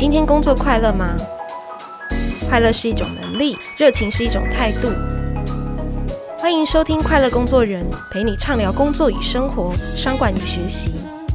今天工作快乐吗？快乐是一种能力，热情是一种态度。欢迎收听快乐工作人，陪你畅聊工作与生活、商管与学习。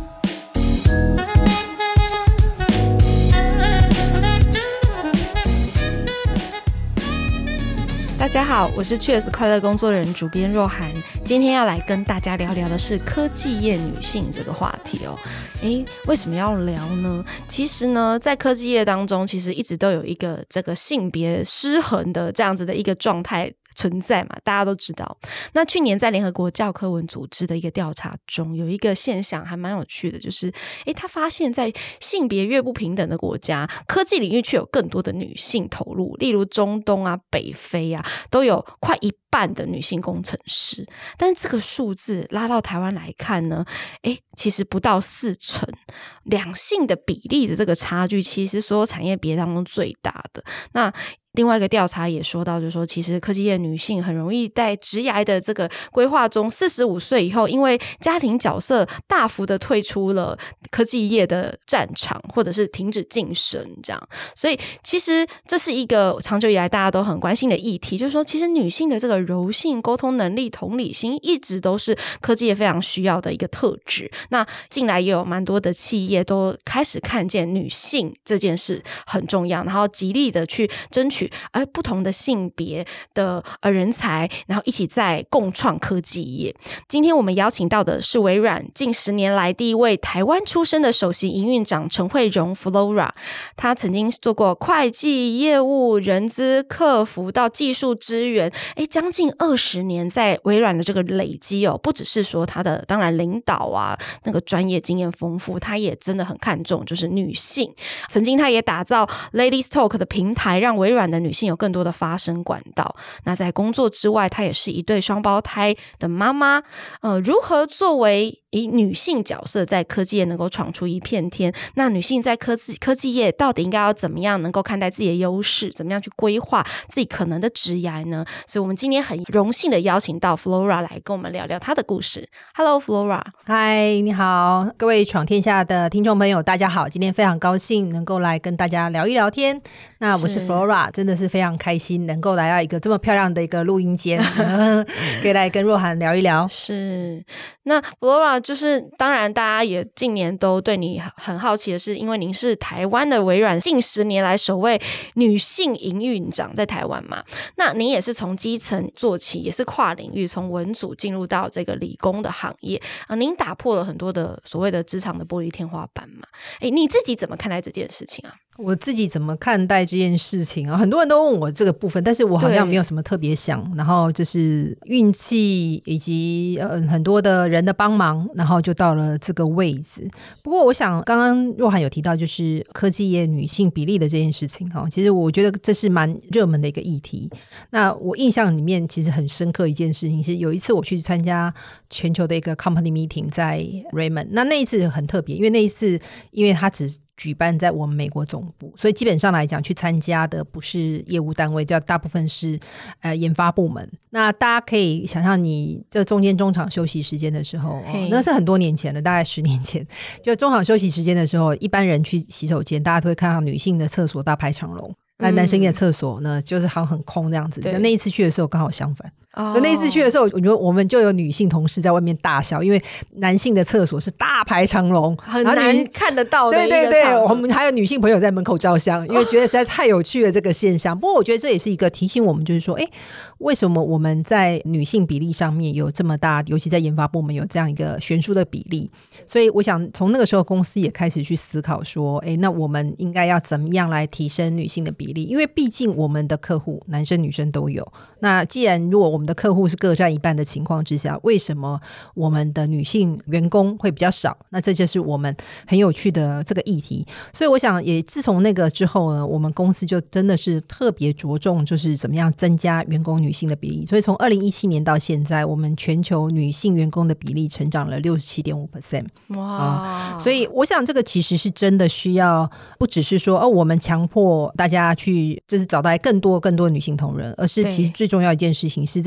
大家好，我是 Cheers 快乐工作人主编若涵，今天要来跟大家聊聊的是科技业女性这个话题哦。为什么要聊呢？其实呢，在科技业当中，其实一直都有一个这个性别失衡的这样子的一个状态存在嘛，大家都知道。那去年在联合国教科文组织的一个调查中，有一个现象还蛮有趣的，就是他发现在性别越不平等的国家，科技领域却有更多的女性投入，例如中东啊、北非啊，都有快一半的女性工程师。但这个数字拉到台湾来看呢，其实不到40%，两性的比例的这个差距，其实所有产业别当中最大的。那另外一个调查也说到，就是说其实科技业女性很容易在职涯的这个规划中45岁以后，因为家庭角色大幅的退出了科技业的战场，或者是停止晋升这样。所以其实这是一个长久以来大家都很关心的议题，就是说其实女性的这个柔性沟通能力、同理心一直都是科技业非常需要的一个特质。那近来也有蛮多的企业都开始看见女性这件事很重要，然后极力的去争取不同的性别的人才，然后一起在共创科技业。今天我们邀请到的是微软近10年来第一位台湾出身的首席营运长陈慧蓉 Flora。 她曾经做过会计、业务、人资、客服到技术支援，将近20年在微软的这个累积不只是说她的当然领导啊那个专业经验丰富，她也真的很看重就是女性。曾经她也打造 Ladies Talk 的平台，让微软的女性有更多的发声管道。那在工作之外，她也是一对双胞胎的妈妈。如何作为以女性角色在科技业能够闯出一片天？那女性在科技业到底应该要怎么样能够看待自己的优势？怎么样去规划自己可能的职涯呢？所以我们今天很荣幸的邀请到 Flora 来跟我们聊聊她的故事。 Hello Flora。 嗨，你好，各位闯天下的听众朋友大家好，今天非常高兴能够来跟大家聊一聊天。那我是 Flora， 真的是非常开心能够来到一个这么漂亮的一个录音间可以来跟若涵聊一聊。 是，那 Flora 就是当然大家也近年都对你很好奇的是，因为您是台湾的微软近10年来首位女性营运长在台湾嘛，那您也是从基层做起，也是跨领域从文组进入到这个理工的行业您打破了很多的所谓的职场的玻璃天花板嘛。你自己怎么看待这件事情啊？ 我自己怎么看待这件事情啊？很多人都问我这个部分，但是我好像没有什么特别想，然后就是运气以及很多的人的帮忙，然后就到了这个位置。不过我想刚刚若涵有提到就是科技业女性比例的这件事情，其实我觉得这是蛮热门的一个议题。那我印象里面其实很深刻一件事情是，有一次我去参加全球的一个 company meeting 在 Raymond， 那一次很特别，因为那一次因为它只举办在我们美国总部，所以基本上来讲去参加的不是业务单位，大部分是研发部门。那大家可以想象，你这中间中场休息时间的时候那是很多年前了，大概10年前，就中场休息时间的时候，一般人去洗手间大家都会看到女性的厕所大排长龙，那男生的厕所呢就是好像很空这样子。但那一次去的时候刚好相反，那一次去的时候我们就有女性同事在外面大笑，因为男性的厕所是大排长龙， 很难看得到的一个场合。 对，我们还有女性朋友在门口照相，因为觉得实在太有趣了这个现象。不过我觉得这也是一个提醒我们，就是说为什么我们在女性比例上面有这么大，尤其在研发部门有这样一个悬殊的比例。所以我想从那个时候公司也开始去思考说那我们应该要怎么样来提升女性的比例，因为毕竟我们的客户男生女生都有。那既然如果我们的客户是各占一半的情况之下，为什么我们的女性员工会比较少？那这就是我们很有趣的这个议题。所以我想也自从那个之后呢，我们公司就真的是特别着重就是怎么样增加员工女性的比例。所以从2017年到现在，我们全球女性员工的比例成长了 67.5%。 哇、所以我想这个其实是真的需要不只是说我们强迫大家去就是找到更多女性同仁，而是其实最重要一件事情是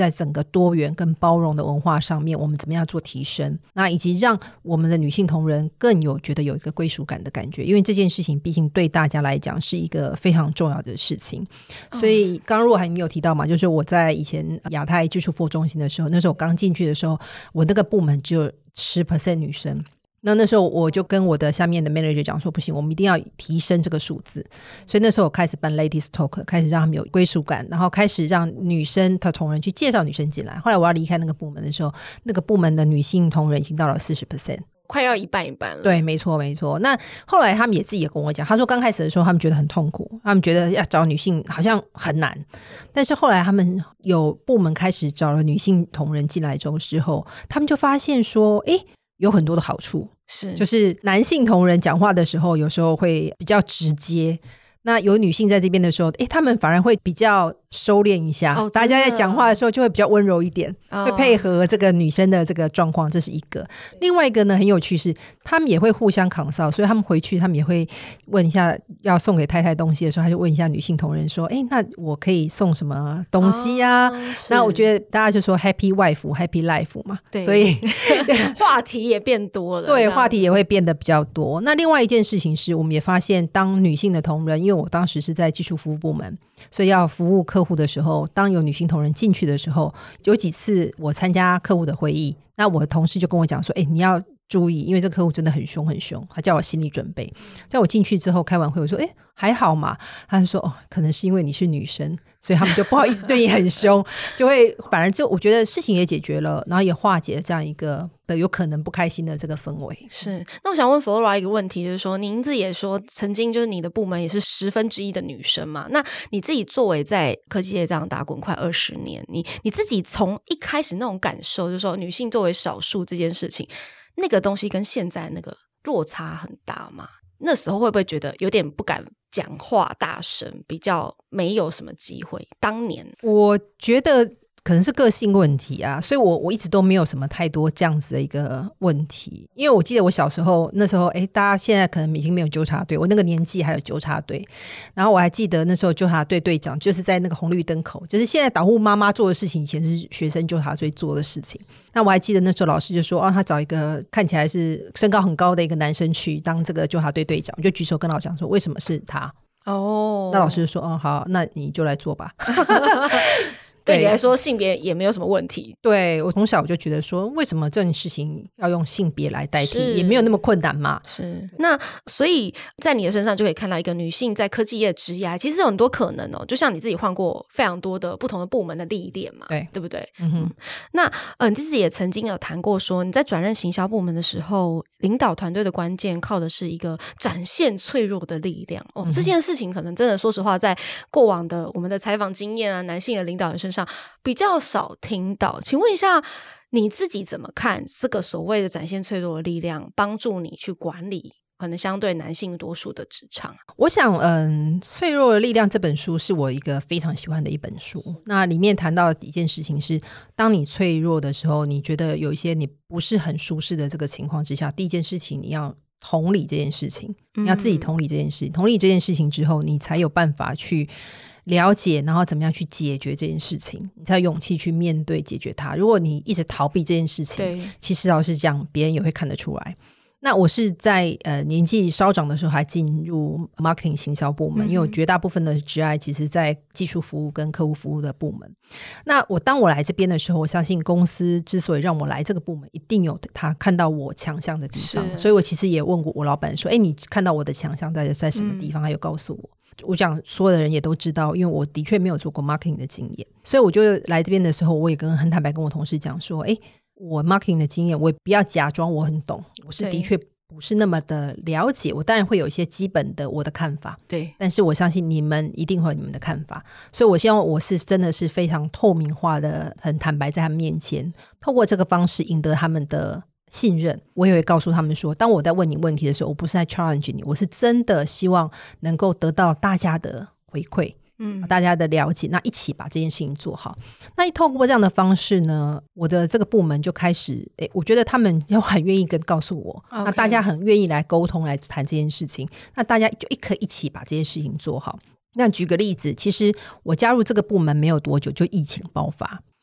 在整个多元跟包容的文化上面我们怎么样做提升，那以及让我们的女性同仁更觉得有一个归属感的感觉，因为这件事情毕竟对大家来讲是一个非常重要的事情。所以刚若涵你有提到嘛，就是我在以前亚太技术服务中心的时候，那时候我刚进去的时候，我那个部门只有 10% 女生，那时候我就跟我的下面的 manager 讲说，不行，我们一定要提升这个数字。所以那时候我开始办 Ladies Talk， 开始让他们有归属感，然后开始让女生的同仁去介绍女生进来。后来我要离开那个部门的时候，那个部门的女性同仁已经到了 40%， 快要一半一半了。 对，没错没错。那后来他们也自己也跟我讲，他说刚开始的时候他们觉得很痛苦，他们觉得要找女性好像很难，但是后来他们有部门开始找了女性同仁进来之后，他们就发现说有很多的好处，就是男性同仁讲话的时候有时候会比较直接，那有女性在这边的时候他们反而会比较收敛一下，大家在讲话的时候就会比较温柔一点，会配合这个女生的这个状况，这是一个。另外一个呢很有趣是他们也会互相consult，所以他们回去他们也会问一下要送给太太东西的时候，他就问一下女性同仁说那我可以送什么东西啊？那我觉得大家就说 happy wife happy life 嘛， 对， 所以话题也变多了， 对，话题也会变得比较多。那另外一件事情是我们也发现，当女性的同仁，因为我当时是在技术服务部门，所以要服务客户的时候，当有女性同仁进去的时候，有几次我参加客户的会议，那我的同事就跟我讲说你要注意，因为这个客户真的很凶很凶，他叫我心理准备。在我进去之后开完会，我说还好嘛，他就说可能是因为你是女生，所以他们就不好意思对你很凶就会反而就我觉得事情也解决了，然后也化解了这样一个有可能不开心的这个氛围。 是，那我想问 Flora 一个问题，就是说您自己也说曾经就是你的部门也是1/10的女生嘛，那你自己作为在科技业这样打滚快20年，你自己从一开始那种感受，就是说女性作为少数这件事情，那个东西跟现在那个落差很大吗？那时候会不会觉得有点不敢讲话大声，比较没有什么机会？当年我觉得可能是个性问题啊，所以我一直都没有什么太多这样子的一个问题。因为我记得我小时候那时候大家现在可能已经没有纠察队，我那个年纪还有纠察队，然后我还记得那时候纠察队队长就是在那个红绿灯口，就是现在导护妈妈做的事情，以前是学生纠察队做的事情。那我还记得那时候老师就说他找一个看起来是身高很高的一个男生去当这个纠察队队长，我就举手跟老师讲说为什么是他。那老师就说好，那你就来做吧对你来说性别也没有什么问题。 对，我从小就觉得说为什么这件事情要用性别来代替，也没有那么困难嘛。 是，那所以在你的身上就可以看到一个女性在科技业职涯其实有很多可能就像你自己换过非常多的不同的部门的历练嘛，对不对？那你自己也曾经有谈过说你在转任行销部门的时候，领导团队的关键靠的是一个展现脆弱的力量这件事情可能真的说实话在过往的我们的采访经验啊，男性的领导人身上比较少听到。请问一下你自己怎么看这个所谓的展现脆弱的力量帮助你去管理可能相对男性多数的职场？ 我想脆弱的力量这本书是我一个非常喜欢的一本书，那里面谈到的一件事情是当你脆弱的时候，你觉得有一些你不是很舒适的这个情况之下，第一件事情你要同理这件事情，你要自己同理这件事情，同理这件事情之后你才有办法去了解，然后怎么样去解决这件事情，你才有勇气去面对解决它。如果你一直逃避这件事情，其实老实讲别人也会看得出来。那我是在年纪稍长的时候还进入 marketing 行销部门，因为我绝大部分的职涯其实在技术服务跟客户服务的部门。那当我来这边的时候，我相信公司之所以让我来这个部门，一定有他看到我强项的地方，所以我其实也问过我老板说你看到我的强项在什么地方，他有告诉我。我想所有的人也都知道，因为我的确没有做过 marketing 的经验，所以我就来这边的时候，我也很坦白跟我同事讲说我 marketing 的经验我也不要假装我很懂，我是的确不是那么的了解，我当然会有一些基本的我的看法，对，但是我相信你们一定会有你们的看法，所以我希望我是真的是非常透明化的，很坦白在他们面前，透过这个方式赢得他们的信任。我也会告诉他们说，当我在问你问题的时候，我不是在 challenge 你，我是真的希望能够得到大家的回馈，大家的了解，那一起把这件事情做好。那透过这样的方式呢，我的这个部门就开始我觉得他们就很愿意告诉我，那大家很愿意来沟通来谈这件事情，那大家就可以一起把这件事情做好。那举个例子，其实我加入这个部门没有多久就疫情爆发，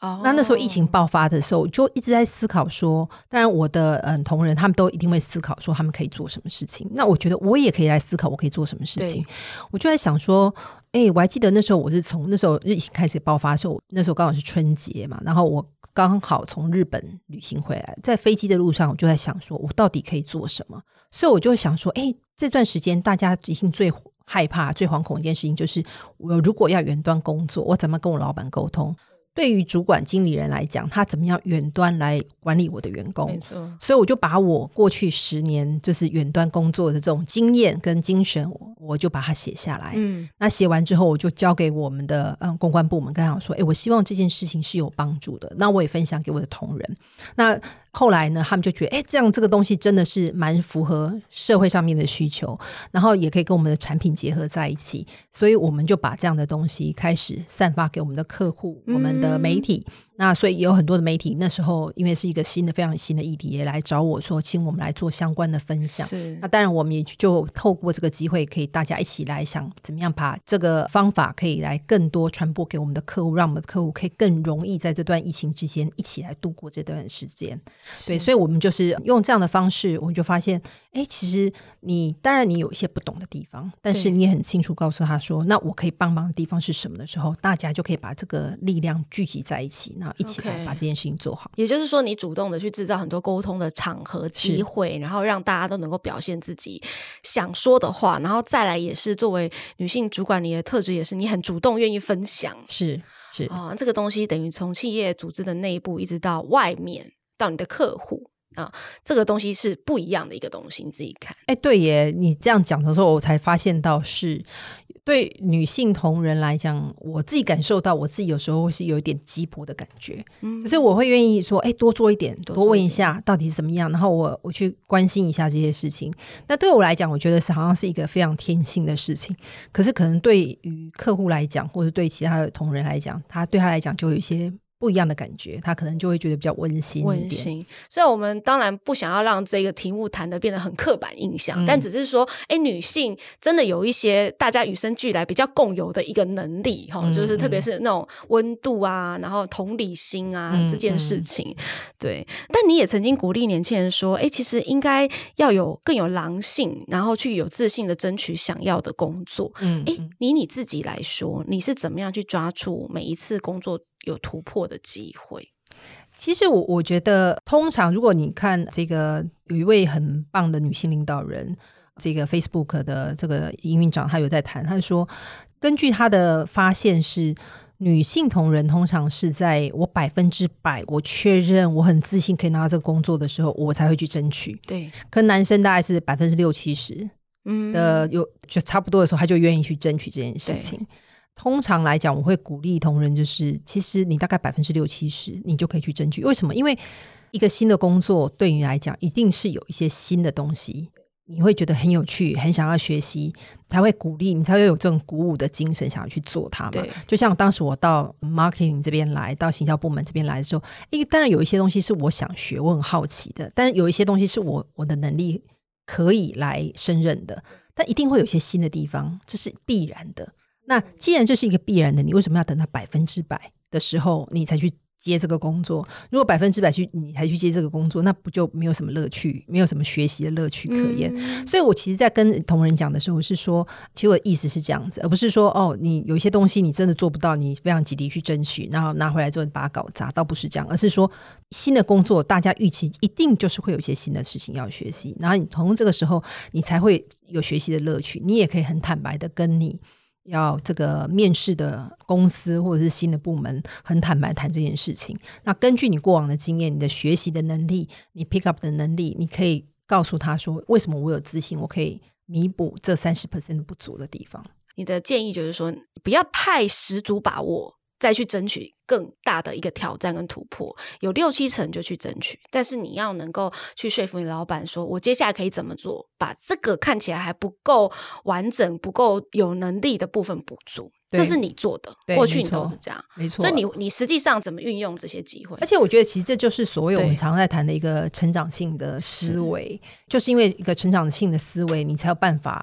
那时候疫情爆发的时候，就一直在思考说，当然我的同仁他们都一定会思考说他们可以做什么事情，那我觉得我也可以来思考我可以做什么事情。我就在想说我还记得那时候我是从那时候疫情开始爆发的时候，那时候刚好是春节嘛，然后我刚好从日本旅行回来，在飞机的路上我就在想说我到底可以做什么，所以我就想说这段时间大家已经最害怕最惶恐的一件事情就是我如果要远端工作，我怎么跟我老板沟通，对于主管经理人来讲他怎么样远端来管理我的员工，所以我就把我过去10年就是远端工作的这种经验跟精神我就把它写下来。那写完之后我就交给我们的公关部门，跟他说我希望这件事情是有帮助的，那我也分享给我的同仁。那后来呢他们就觉得这样这个东西真的是蛮符合社会上面的需求，然后也可以跟我们的产品结合在一起，所以我们就把这样的东西开始散发给我们的客户我们的媒体。那所以有很多的媒体那时候因为是一个非常新的议题也来找我说请我们来做相关的分享。那当然我们也就透过这个机会可以大家一起来想怎么样把这个方法可以来更多传播给我们的客户，让我们的客户可以更容易在这段疫情之间一起来度过这段时间。对，所以我们就是用这样的方式，我们就发现其实当然你有一些不懂的地方，但是你也很清楚告诉他说那我可以帮忙的地方是什么的时候，大家就可以把这个力量聚集在一起，然后一起来把这件事情做好。 也就是说你主动的去制造很多沟通的场合机会，然后让大家都能够表现自己想说的话，然后再来也是作为女性主管你的特质也是你很主动愿意分享。 是这个东西等于从企业组织的内部一直到外面到你的客户这个东西是不一样的一个东西，你自己看。 对耶，你这样讲的时候我才发现到是对女性同仁来讲，我自己感受到我自己有时候会是有一点鸡婆的感觉，就是我会愿意说多做一点，多问一下到底是怎么样，然后我去关心一下这些事情。那对我来讲我觉得是好像是一个非常天性的事情，可是可能对于客户来讲或者对其他的同仁来讲，对他来讲就有一些不一样的感觉，他可能就会觉得比较温馨一点。 所以我们当然不想要让这个题目谈得变得很刻板印象，但只是说女性真的有一些大家与生俱来比较共有的一个能力就是特别是那种温度啊，然后同理心啊这件事情。对，但你也曾经鼓励年轻人说其实应该要更有狼性，然后去有自信的争取想要的工作。你自己来说你是怎么样去抓住每一次工作有突破的机会？ 其实我觉得通常如果你看这个有一位很棒的女性领导人，这个 Facebook 的这个营运长他有在谈，他说根据他的发现是女性同仁通常是在我100%我确认我很自信可以拿到这个工作的时候我才会去争取。 对， 可男生大概是60-70%的就差不多的时候他就愿意去争取这件事情。通常来讲我会鼓励同仁就是其实你大概60-70%你就可以去争取。为什么？因为一个新的工作对你来讲一定是有一些新的东西你会觉得很有趣很想要学习，才会鼓励你，才会有这种鼓舞的精神想要去做它嘛。就像当时我到 marketing 这边来，到行销部门这边来的时候当然有一些东西是我想学我很好奇的，但是有一些东西是我的能力可以来胜任的，但一定会有一些新的地方，这是必然的。那既然这是一个必然的，你为什么要等到100%的时候你才去接这个工作？如果100%你才去接这个工作，那不就没有什么乐趣，没有什么学习的乐趣可言。所以我其实在跟同仁讲的时候，我是说其实我的意思是这样子，而不是说你有一些东西你真的做不到，你非常极力去争取，然后拿回来之后你把它搞砸，倒不是这样，而是说新的工作大家预期一定就是会有一些新的事情要学习，然后你从这个时候你才会有学习的乐趣，你也可以很坦白的跟你要这个面试的公司或者是新的部门很坦白谈这件事情。那根据你过往的经验，你的学习的能力，你 pick up 的能力，你可以告诉他说为什么我有自信我可以弥补这 30% 的不足的地方。 你的建议就是说不要太十足把握再去争取更大的一个挑战跟突破，有6-7成就去争取，但是你要能够去说服你老板说我接下来可以怎么做，把这个看起来还不够完整不够有能力的部分补足，这是你做的，过去你都是这样， 没错。 所以你实际上怎么运用这些机会？ 而且我觉得其实这就是所谓我们常在谈的一个成长性的思维，就是因为一个成长性的思维你才有办法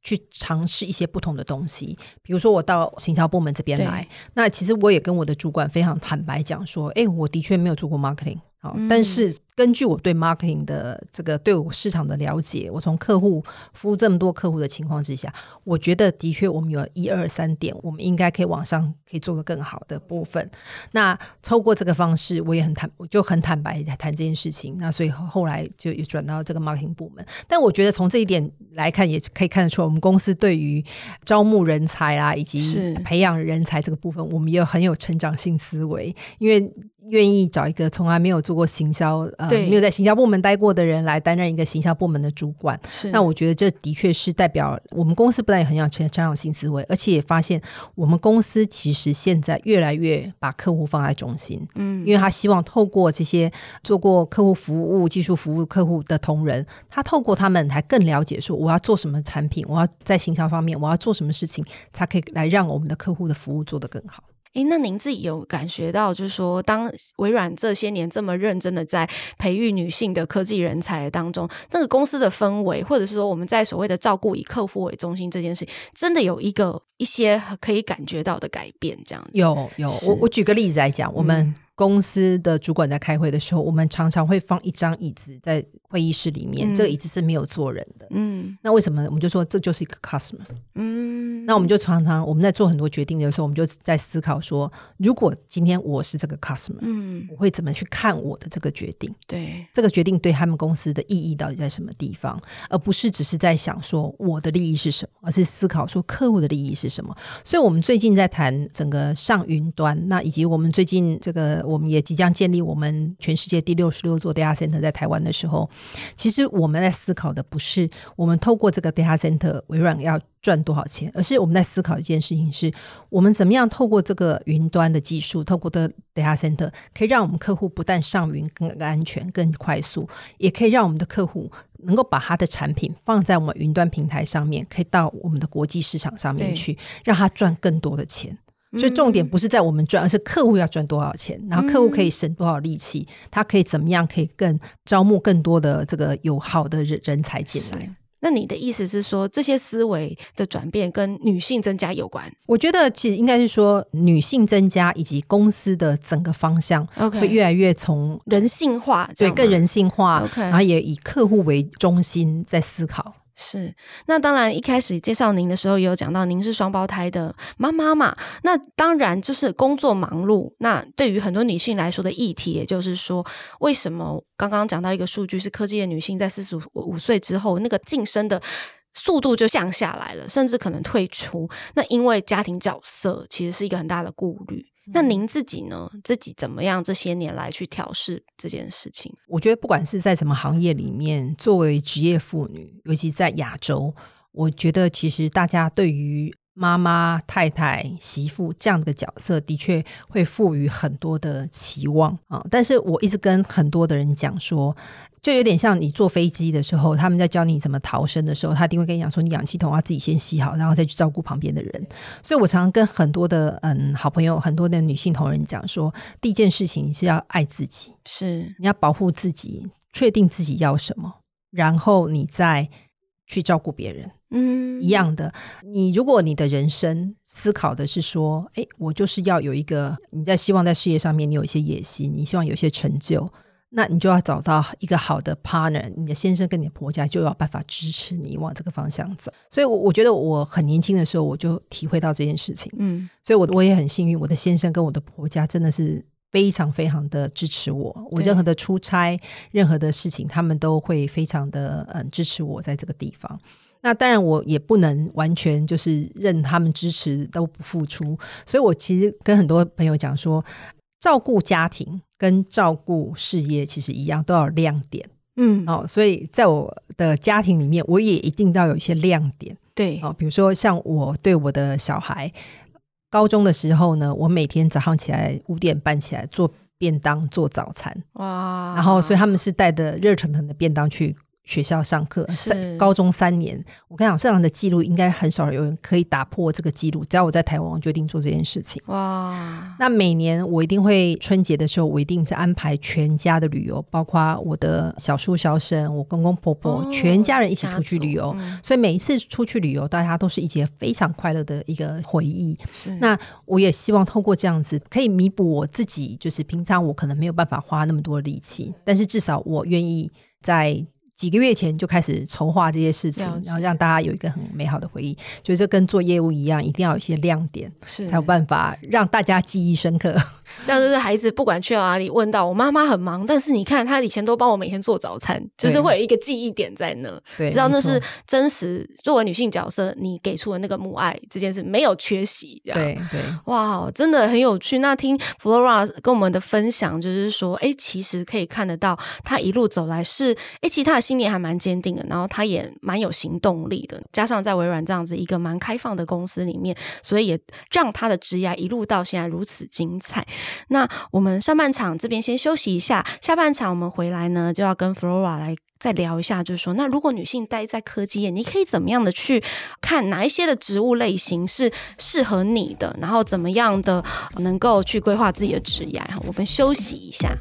去尝试一些不同的东西。比如说我到行销部门这边来，那其实我也跟我的主管非常坦白讲说，我的确没有做过 marketing，但是根据我对 marketing 的这个对我市场的了解，我从客户服务这么多客户的情况之下，我觉得的确我们有1、2、3点我们应该可以往上可以做得更好的部分。那透过这个方式我就很坦白谈这件事情，那所以后来就也转到这个 marketing 部门。但我觉得从这一点来看，也可以看得出来我们公司对于招募人才啊以及培养人才这个部分，我们也很有成长性思维，因为愿意找一个从来没有做过行销没有在行销部门待过的人来担任一个行销部门的主管。那我觉得这的确是代表我们公司不但也很有成长性思维，而且也发现我们公司其实现在越来越把客户放在中心。因为他希望透过这些做过客户服务技术服务客户的同仁，他透过他们还更了解说我要做什么产品，我要在行销方面我要做什么事情，才可以来让我们的客户的服务做得更好。 那您自己有感觉到就是说当微软这些年这么认真的在培育女性的科技人才当中，那个公司的氛围，或者是说我们在所谓的照顾以客户为中心这件事情，真的有一些可以感觉到的改变这样子？有我举个例子来讲，我们公司的主管在开会的时候，我们常常会放一张椅子在会议室里面，这个椅子是没有坐人的。那为什么？我们就说这就是一个 customer。那我们就常常我们在做很多决定的时候，我们就在思考说，如果今天我是这个 customer，我会怎么去看我的这个决定？对，这个决定对他们公司的意义到底在什么地方，而不是只是在想说我的利益是什么，而是思考说客户的利益是什么。所以我们最近在谈整个上云端，那以及我们最近这个我们也即将建立我们全世界第66座 data center 在台湾的时候，其实我们在思考的不是我们透过这个 data center 微软要赚多少钱，而是我们在思考一件事情，是我们怎么样透过这个云端的技术，透过的 data center 可以让我们客户不但上云更安全更快速，也可以让我们的客户能够把他的产品放在我们云端平台上面，可以到我们的国际市场上面去，让他赚更多的钱。所以重点不是在我们赚，而是客户要赚多少钱，然后客户可以省多少力气，他可以怎么样可以更招募更多的这个有好的人才进来。 那你的意思是说这些思维的转变跟女性增加有关？ 我觉得其实应该是说女性增加以及公司的整个方向会越来越从人性化， 对，更人性化，然后也以客户为中心在思考。 是，那当然一开始介绍您的时候也有讲到您是双胞胎的妈妈嘛，那当然就是工作忙碌，那对于很多女性来说的议题，也就是说为什么刚刚讲到一个数据是科技的女性在45岁之后那个晋升的速度就降下来了，甚至可能退出，那因为家庭角色其实是一个很大的顾虑。那您自己呢？自己怎么样这些年来去调试这件事情？ 我觉得不管是在什么行业里面，作为职业妇女，尤其在亚洲，我觉得其实大家对于妈妈、太太、媳妇这样的角色的确会赋予很多的期望但是我一直跟很多的人讲说，就有点像你坐飞机的时候，他们在教你怎么逃生的时候，他一定会跟你讲说，你氧气筒要自己先吸好，然后再去照顾旁边的人。所以我常常跟很多的好朋友，很多的女性同仁讲说，第一件事情你是要爱自己，是你要保护自己，确定自己要什么，然后你再去照顾别人。一样的，如果你的人生思考的是说我就是要有一个，你在希望在事业上面你有一些野心，你希望有一些成就，那你就要找到一个好的 partner， 你的先生跟你的婆家就有办法支持你往这个方向走。所以我觉得我很年轻的时候我就体会到这件事情所以我也很幸运，我的先生跟我的婆家真的是非常非常的支持我任何的出差任何的事情他们都会非常的支持我在这个地方。那当然我也不能完全就是任他们支持都不付出，所以我其实跟很多朋友讲说，照顾家庭跟照顾事业其实一样，都要有亮点所以在我的家庭里面我也一定要有一些亮点。对比如说像我对我的小孩高中的时候呢，我每天早上起来5点半起来做便当做早餐哇，然后所以他们是带着热腾腾的便当去学校上课，高中3年，我跟你讲，这样的记录应该很少有人可以打破这个记录。只要我在台湾，我就一定做这件事情。哇！那每年我一定会春节的时候，我一定是安排全家的旅游，包括我的小叔小婶、我公公婆婆，全家人一起出去旅游。所以每一次出去旅游，大家都是一节非常快乐的一个回忆。那我也希望透过这样子，可以弥补我自己，就是平常我可能没有办法花那么多力气，但是至少我愿意在几个月前就开始筹划这些事情，然后让大家有一个很美好的回忆。所以这跟做业务一样，一定要有一些亮点，才有办法让大家记忆深刻。 这样就是孩子不管去到哪里问到我妈妈很忙，但是你看她以前都帮我每天做早餐，就是会有一个记忆点在那，知道那是真实作为女性角色你给出的那个母爱这件事没有缺席。这样对，哇，真的很有趣。那听 Flora 跟我们的分享，就是说其实可以看得到她一路走来是其实她的信念还蛮坚定的，然后她也蛮有行动力的，加上在微软这样子一个蛮开放的公司里面，所以也让她的职业一路到现在如此精彩。那我们上半场这边先休息一下，下半场我们回来呢就要跟 Flora 来再聊一下，就是说那如果女性待在科技业，你可以怎么样的去看哪一些的职务类型是适合你的，然后怎么样的能够去规划自己的职业。我们休息一下。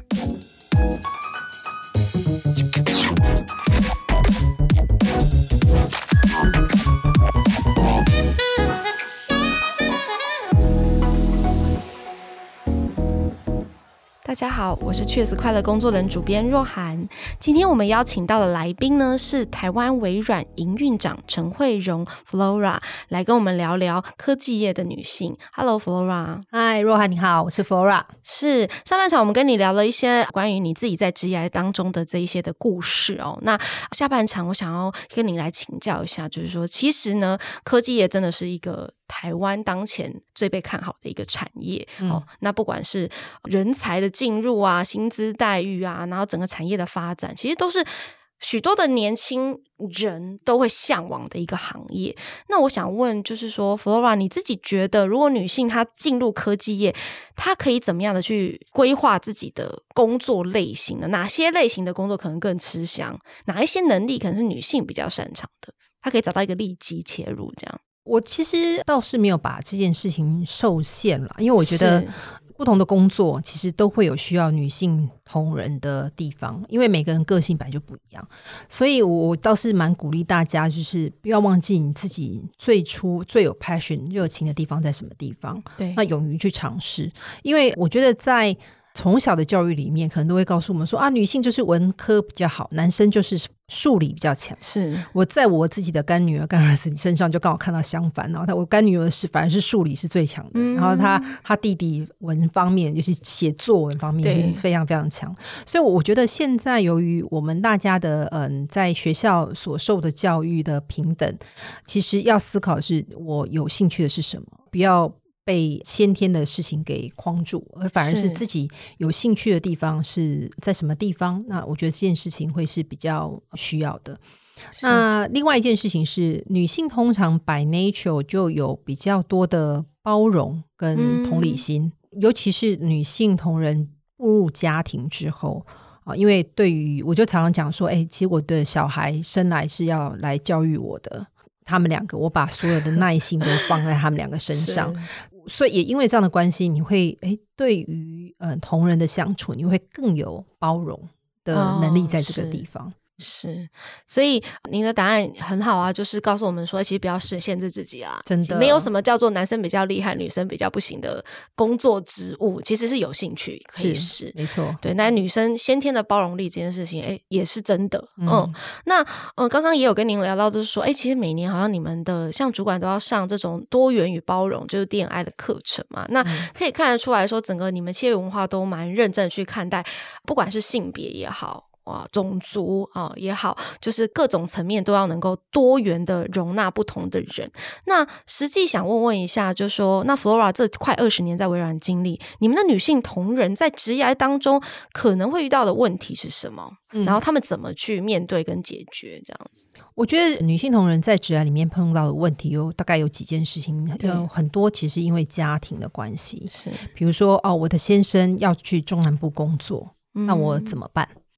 大家好，我是确实快乐工作人主编若涵。今天我们邀请到的来宾呢是台湾微软营运长陈慧蓉 Flora， 来跟我们聊聊科技业的女性。 Hello Flora。 嗨，若涵你好，我是 Flora。 是上半场我们跟你聊了一些关于你自己在职业当中的这一些的故事哦。那下半场我想要跟你来请教一下，就是说其实呢科技业真的是一个台湾当前最被看好的一个产业。那不管是人才的进入啊，薪资待遇啊，然后整个产业的发展，其实都是许多的年轻人都会向往的一个行业。那我想问就是说 Flora 你自己觉得如果女性她进入科技业，她可以怎么样的去规划自己的工作类型呢？哪些类型的工作可能更吃香，哪一些能力可能是女性比较擅长的，她可以找到一个利基切入这样。 我其实倒是没有把这件事情受限了，因为我觉得不同的工作其实都会有需要女性同仁的地方，因为每个人个性本来就不一样，所以我倒是蛮鼓励大家，就是不要忘记你自己最初最有 passion 热情的地方在什么地方，对，那勇于去尝试。因为我觉得在从小的教育里面可能都会告诉我们说啊，女性就是文科比较好，男生就是数理比较强。是我在我自己的干女儿干儿子身上就刚好看到相反，然后我干女儿反而是数理是最强的，然后他弟弟文方面就是写作文方面是非常非常强。所以我觉得现在由于我们大家的在学校所受的教育的平等，其实要思考是我有兴趣的是什么，不要被先天的事情给框住，而反而是自己有兴趣的地方是在什么地方，那我觉得这件事情会是比较需要的。那另外一件事情是女性通常 by nature 就有比较多的包容跟同理心，尤其是女性同仁步入家庭之后，因为对于我就常常讲说其实我的小孩生来是要来教育我的，他们两个我把所有的耐心都放在他们两个身上所以也因为这样的关系，你会对于同仁的相处你会更有包容的能力在这个地方。 是，所以您的答案很好啊，就是告诉我们说其实不要限制自己啊，真的没有什么叫做男生比较厉害女生比较不行的工作职务，其实是有兴趣可以试，没错。对，那女生先天的包容力这件事情也是真的。那刚刚也有跟您聊到就是说其实每年好像你们的像主管都要上这种多元与包容就是 D&I 的课程嘛，那可以看得出来说整个你们企业文化都蛮认真的去看待，不管是性别也好种族也好，就是各种层面都要能够多元的容纳不同的人。那实际想问一下，就是说那 Flora 这快20年在微软经历，你们的女性同仁在职业当中可能会遇到的问题是什么？然后他们怎么去面对跟解决这样子？ 我觉得女性同仁在职业里面碰到的问题大概有几件事情，有很多其实因为家庭的关系，是比如说我的先生要去中南部工作，那我怎么办？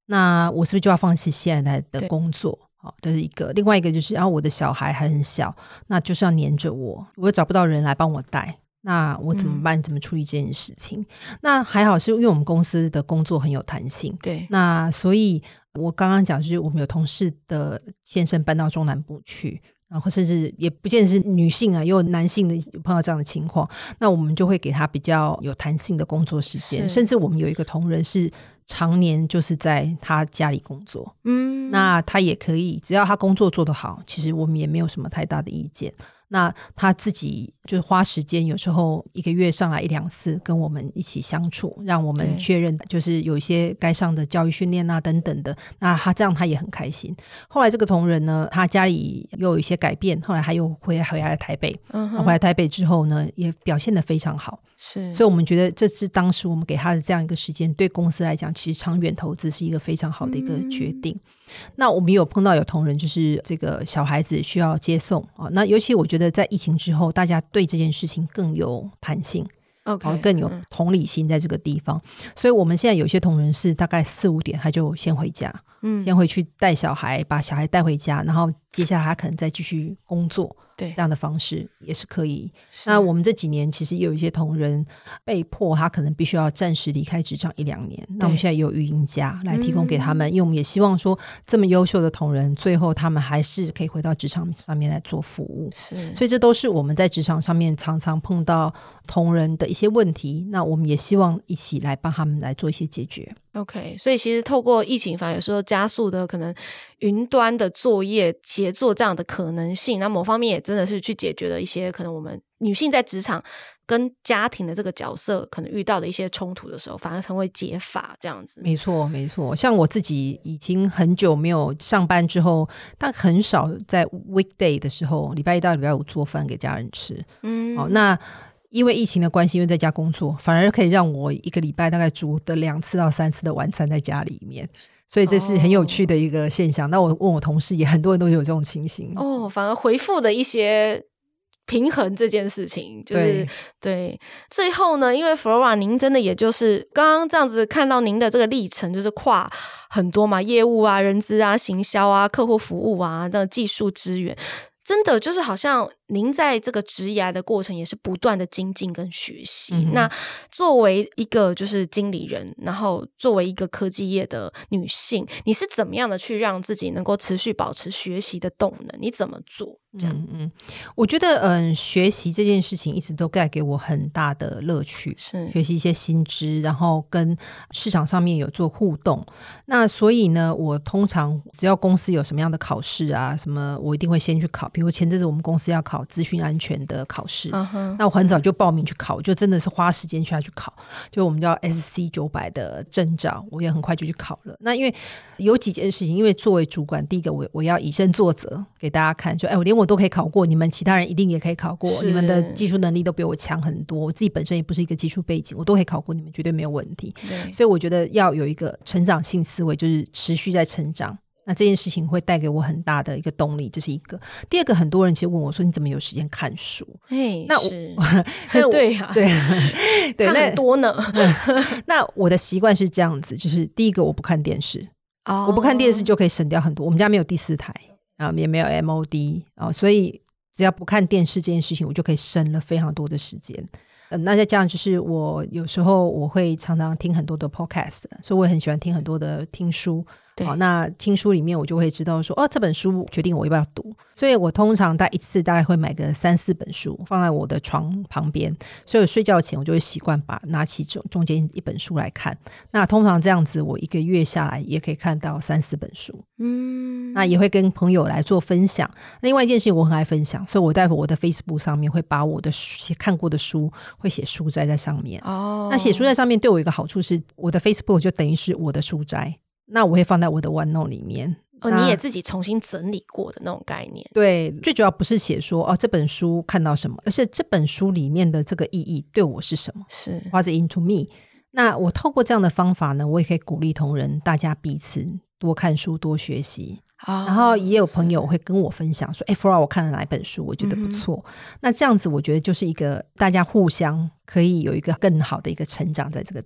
那我是不是就要放弃现在的工作？这是一个。另外一个就是我的小孩还很小，那就是要黏着我又找不到人来帮我带，那我怎么办？怎么处理这件事情？那还好是因为我们公司的工作很有弹性， 对， 那所以我刚刚讲就是我们有同事的先生搬到中南部去，然后甚至也不见得是女性也有男性的碰到这样的情况，那我们就会给他比较有弹性的工作时间，甚至我们有一个同仁是常年就是在他家里工作，那他也可以，只要他工作做得好，其实我们也没有什么太大的意见。那他自己就是花时间，有时候1个月上来1-2次跟我们一起相处，让我们确认就是有一些该上的教育训练等等的，那他这样他也很开心。后来这个同仁呢，他家里又有一些改变，后来他又回来台北，回来台北之后呢也表现得非常好， 是， 所以我们觉得这是当时我们给他的这样一个时间，对公司来讲其实长远投资是一个非常好的一个决定。那我们有碰到有同仁就是这个小孩子需要接送，那尤其我觉得在疫情之后大家对这件事情更有弹性 ，okay, 更有同理心在这个地方，所以我们现在有些同仁是大概4-5点他就先回家，先回去带小孩，把小孩带回家，然后接下来他可能再继续工作，对，这样的方式也是可以。那我们这几年其实也有一些同仁被迫他可能必须要暂时离开职场1-2年，那我们现在也有育婴假来提供给他们，因为我们也希望说这么优秀的同仁最后他们还是可以回到职场上面来做服务，是，所以这都是我们在职场上面常常碰到同仁的一些问题，那我们也希望一起来帮他们来做一些解决。 OK， 所以其实透过疫情反而有时候加速的可能云端的作业协作这样的可能性，那某方面也真的是去解决了一些可能我们女性在职场跟家庭的这个角色可能遇到的一些冲突的时候，反而成为解法这样子。 没错没错，像我自己已经很久没有上班之后，但很少在 weekday 的时候礼拜1到礼拜5做饭给家人吃，那因为疫情的关系，因为在家工作，反而可以让我1个礼拜大概煮的2次到3次的晚餐在家里面，所以这是很有趣的一个现象。那我问我同事也很多人都有这种情形反而恢复的一些平衡这件事情，就是对。最后呢，因为 Flora 您真的也就是刚刚这样子看到您的这个历程，就是跨很多嘛，业务人资行销客户服务的技术资源，真的就是好像您在这个职涯的过程也是不断的精进跟学习，那作为一个就是经理人，然后作为一个科技业的女性，你是怎么样的去让自己能够持续保持学习的动能？你怎么做？这样我觉得学习这件事情一直都带给我很大的乐趣，是学习一些新知，然后跟市场上面有做互动。那所以呢，我通常只要公司有什么样的考试什么我一定会先去考，比如前阵子我们公司要考资讯安全的考试，那我很早就报名去考，就真的是花时间去考，就我们叫 SC900 的证照，我也很快就去考了。那因为有几件事情，因为作为主管，第一个我要以身作则给大家看，就我连我都可以考过，你们其他人一定也可以考过，你们的技术能力都比我强很多，我自己本身也不是一个技术背景，我都可以考过，你们绝对没有问题。所以我觉得要有一个成长性思维，就是持续在成长，那这件事情会带给我很大的一个动力，这是一个。第二个，很多人其实问我说你怎么有时间看书？那我对对看很多呢那我的习惯是这样子，就是第一个我不看电视，我不看电视就可以省掉很多，我们家没有第4台也没有 MOD 所以只要不看电视这件事情，我就可以省了非常多的时间。那再加上就是我有时候我会常常听很多的 podcast， 所以我也很喜欢听很多的听书。那听书里面我就会知道说这本书决定我要不要读，所以我通常一次大概会买个3-4本书放在我的床旁边，所以我睡觉前我就会习惯拿起中间一本书来看。那通常这样子我1个月下来也可以看到3-4本书，那也会跟朋友来做分享。另外一件事情我很爱分享，所以我待会我的 Facebook 上面会把我的看过的书会写书斋在上面。那写书在上面对我一个好处是，我的 Facebook 就等于是我的书斋，那我会放在我的 OneNote 里面。 你也自己重新整理过的那种概念。 对，最主要不是写说这本书看到什么，而是这本书里面的这个意义对我是什么，是 What's into me。 那我透过这样的方法呢，我也可以鼓励同仁大家彼此多看书多学习。然后也有朋友会跟我分享说Flora 我看了哪一本书我觉得不错，那这样子我觉得就是一个大家互相可以有一个更好的一个成长在这个地方。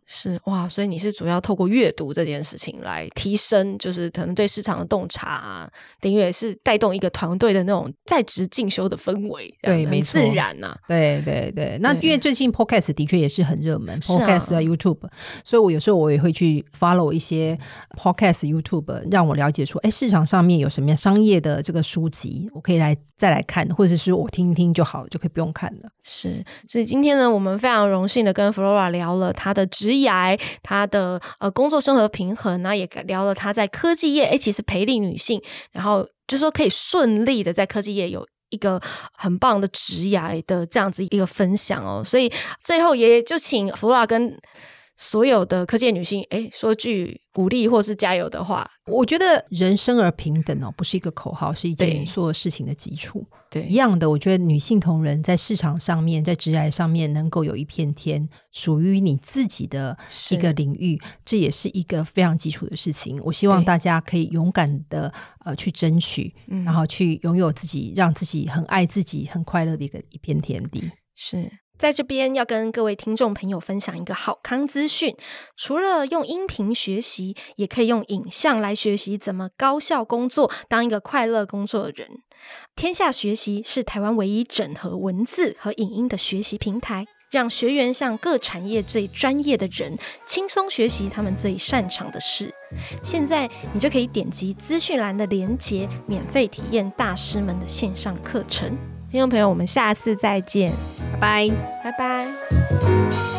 是哇，所以你是主要透过阅读这件事情来提升，就是可能对市场的洞察啊，等于也是带动一个团队的那种在职进修的氛围， 对，没错，自然啊。 对对对，那因为最近 podcast 的确也是很热门，podcast 啊 YouTube， 所以我有时候我也会去 follow 一些 podcast YouTube， 让我了解说，市场上面有什么样商业的这个书籍，我可以再来看，或者是我听一听就好，就可以不用看了。 是，所以今天呢，我们非常荣幸的跟 Flora 聊了她的职涯，她的工作生活的平衡，然后也聊了她在科技业其实培力女性，然后就是说可以顺利的在科技业有一个很棒的职涯的这样子一个分享哦。所以最后也就请 Flora 跟所有的科技业女性说句鼓励或是加油的话。 我觉得人生而平等不是一个口号，是一件所有事情的基础。 对， 一样的，我觉得女性同仁在市场上面，在职涯上面能够有一片天属于你自己的一个领域，这也是一个非常基础的事情。我希望大家可以勇敢的去争取，然后去拥有自己，让自己很爱自己很快乐的一片天地。 是，在这边要跟各位听众朋友分享一个好康资讯，除了用音频学习，也可以用影像来学习怎么高效工作，当一个快乐工作的人。天下学习是台湾唯一整合文字和影音的学习平台，让学员向各产业最专业的人轻松学习他们最擅长的事。现在你就可以点击资讯栏的连结，免费体验大师们的线上课程。听众朋友，我们下次再见， 拜拜， 拜拜。